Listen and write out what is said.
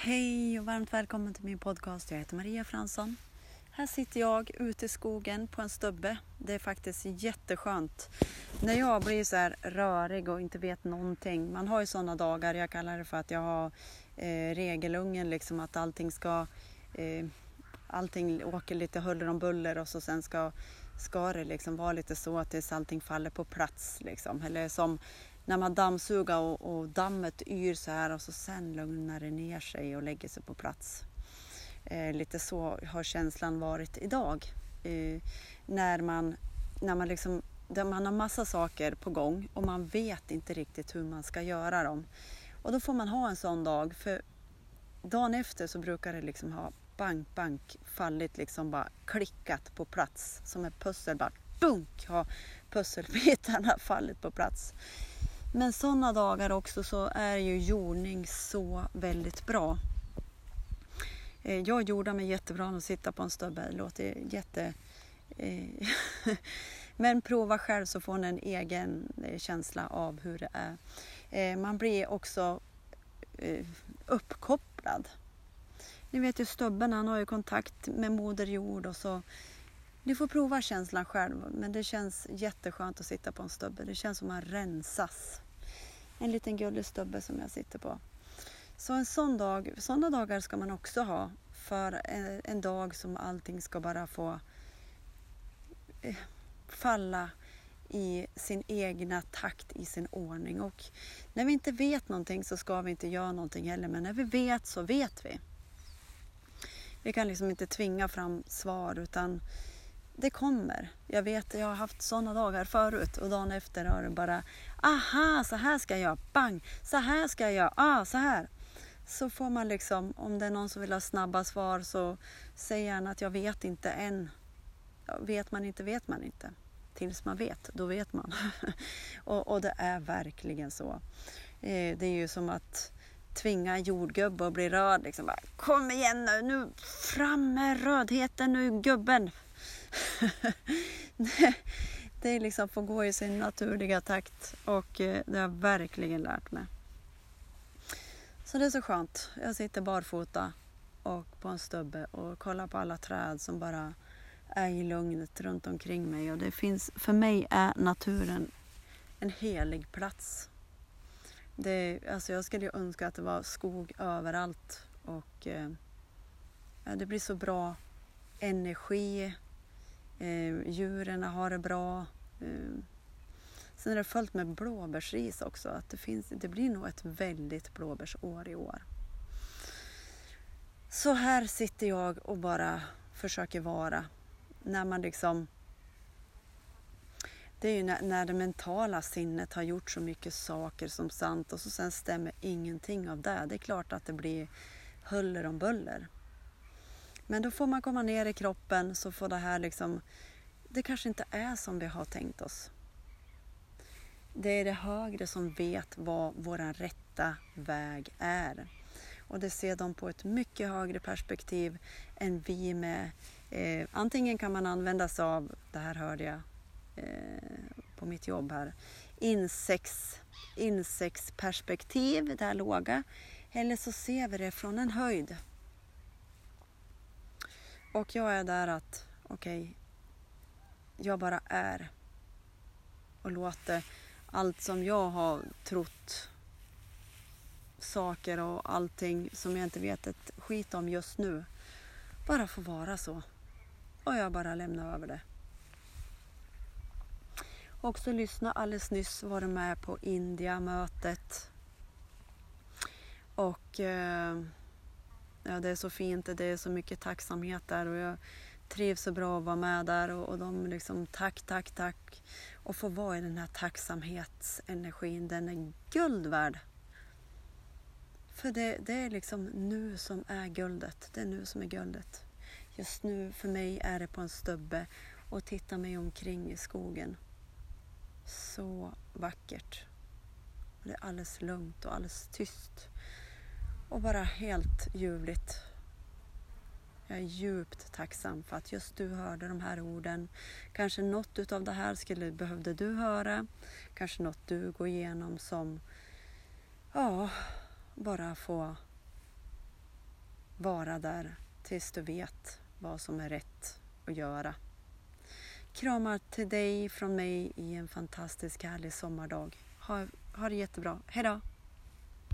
Hej och varmt välkommen till min podcast. Jag heter Maria Fransson. Här sitter jag ute i skogen på en stubbe. Det är faktiskt jätteskönt. När jag blir så här rörig och inte vet någonting. Man har ju sådana dagar, jag kallar det för att jag har regelungen. Liksom att allting åker lite huller om buller och så sen ska det liksom vara lite så att tills allting faller på plats. Liksom. Eller som när man dammsuger och dammet yr så här och så sen lugnar det ner sig och lägger sig på plats. Lite så har känslan varit idag. När man liksom, där man har massa saker på gång och man vet inte riktigt hur man ska göra dem. Och då får man ha en sån dag, för dagen efter så brukar det liksom ha bank fallit, liksom bara klickat på plats. Som ett pussel, bara dunk har pusselbitarna fallit på plats. Men sådana dagar också så är ju jordning så väldigt bra. Jag jordar mig jättebra att sitta på en stubbe. Det låter Men prova själv så får ni en egen känsla av hur det är. Man blir också uppkopplad. Ni vet ju stubben, han har ju kontakt med moder jord och så. Ni får prova känslan själv, men det känns jätteskönt att sitta på en stubbe. Det känns som att man rensas. En liten gullig stubbe som jag sitter på. Så en sån dag, sådana dagar ska man också ha. För en dag som allting ska bara få falla i sin egna takt, i sin ordning. Och när vi inte vet någonting så ska vi inte göra någonting heller. Men när vi vet så vet vi. Vi kan liksom inte tvinga fram svar utan det kommer. Jag vet, jag har haft sådana dagar förut och dagen efter har det bara aha, så här ska jag, bang, så här ska jag, så här. Så får man liksom, om det är någon som vill ha snabba svar så säger han att jag vet inte än. Vet man inte. Tills man vet, då vet man. och det är verkligen så. Det är ju som att tvinga en jordgubbe och bli röd. Liksom bara, kom igen nu fram med rödheten nu gubben. Det är liksom får gå i sin naturliga takt och det har jag verkligen lärt mig. Så det är så skönt. Jag sitter barfota och på en stubbe och kollar på alla träd som bara är i lugnet runt omkring mig. Och det finns, för mig är naturen en helig plats. Alltså jag skulle ju önska att det var skog överallt och det blir så bra energi. Djuren har det bra. Sen är det fullt med blåbärsris också. Att det blir nog ett väldigt blåbärsår i år. Så här sitter jag och bara försöker vara. När man liksom... Det är ju när det mentala sinnet har gjort så mycket saker som sant och så sen stämmer ingenting av det. Det är klart att det blir huller om buller. Men då får man komma ner i kroppen så får det här liksom... Det kanske inte är som vi har tänkt oss. Det är det högre som vet vad vår rätta väg är. Och det ser de på ett mycket högre perspektiv än vi med. Antingen kan man använda sig av, det här hörde jag på mitt jobb här, insektsperspektiv, det här låga. Eller så ser vi det från en höjd. Och jag är där att, okej, jag bara är. Och låter allt som jag har trott, saker och allting som jag inte vet ett skit om just nu, bara få vara så. Och jag bara lämnar över det. Också lyssna alldeles nyss, var det med på India-mötet. Och ja, det är så fint, det är så mycket tacksamhet där och jag trivs så bra att vara med där och de liksom tack och få vara i den här tacksamhetsenergin, den är guld värd. För det är liksom nu som är guldet, det är nu som är guldet. Just nu för mig är det på en stubbe och titta mig omkring i skogen. Så vackert. Det är alldeles lugnt och alldeles tyst. Och bara helt ljuvligt. Jag är djupt tacksam för att just du hörde de här orden. Kanske något utav det här behövde du höra. Kanske något du går igenom som bara få vara där tills du vet vad som är rätt att göra. Kramar till dig från mig i en fantastisk härlig sommardag. Ha det jättebra. Hej då!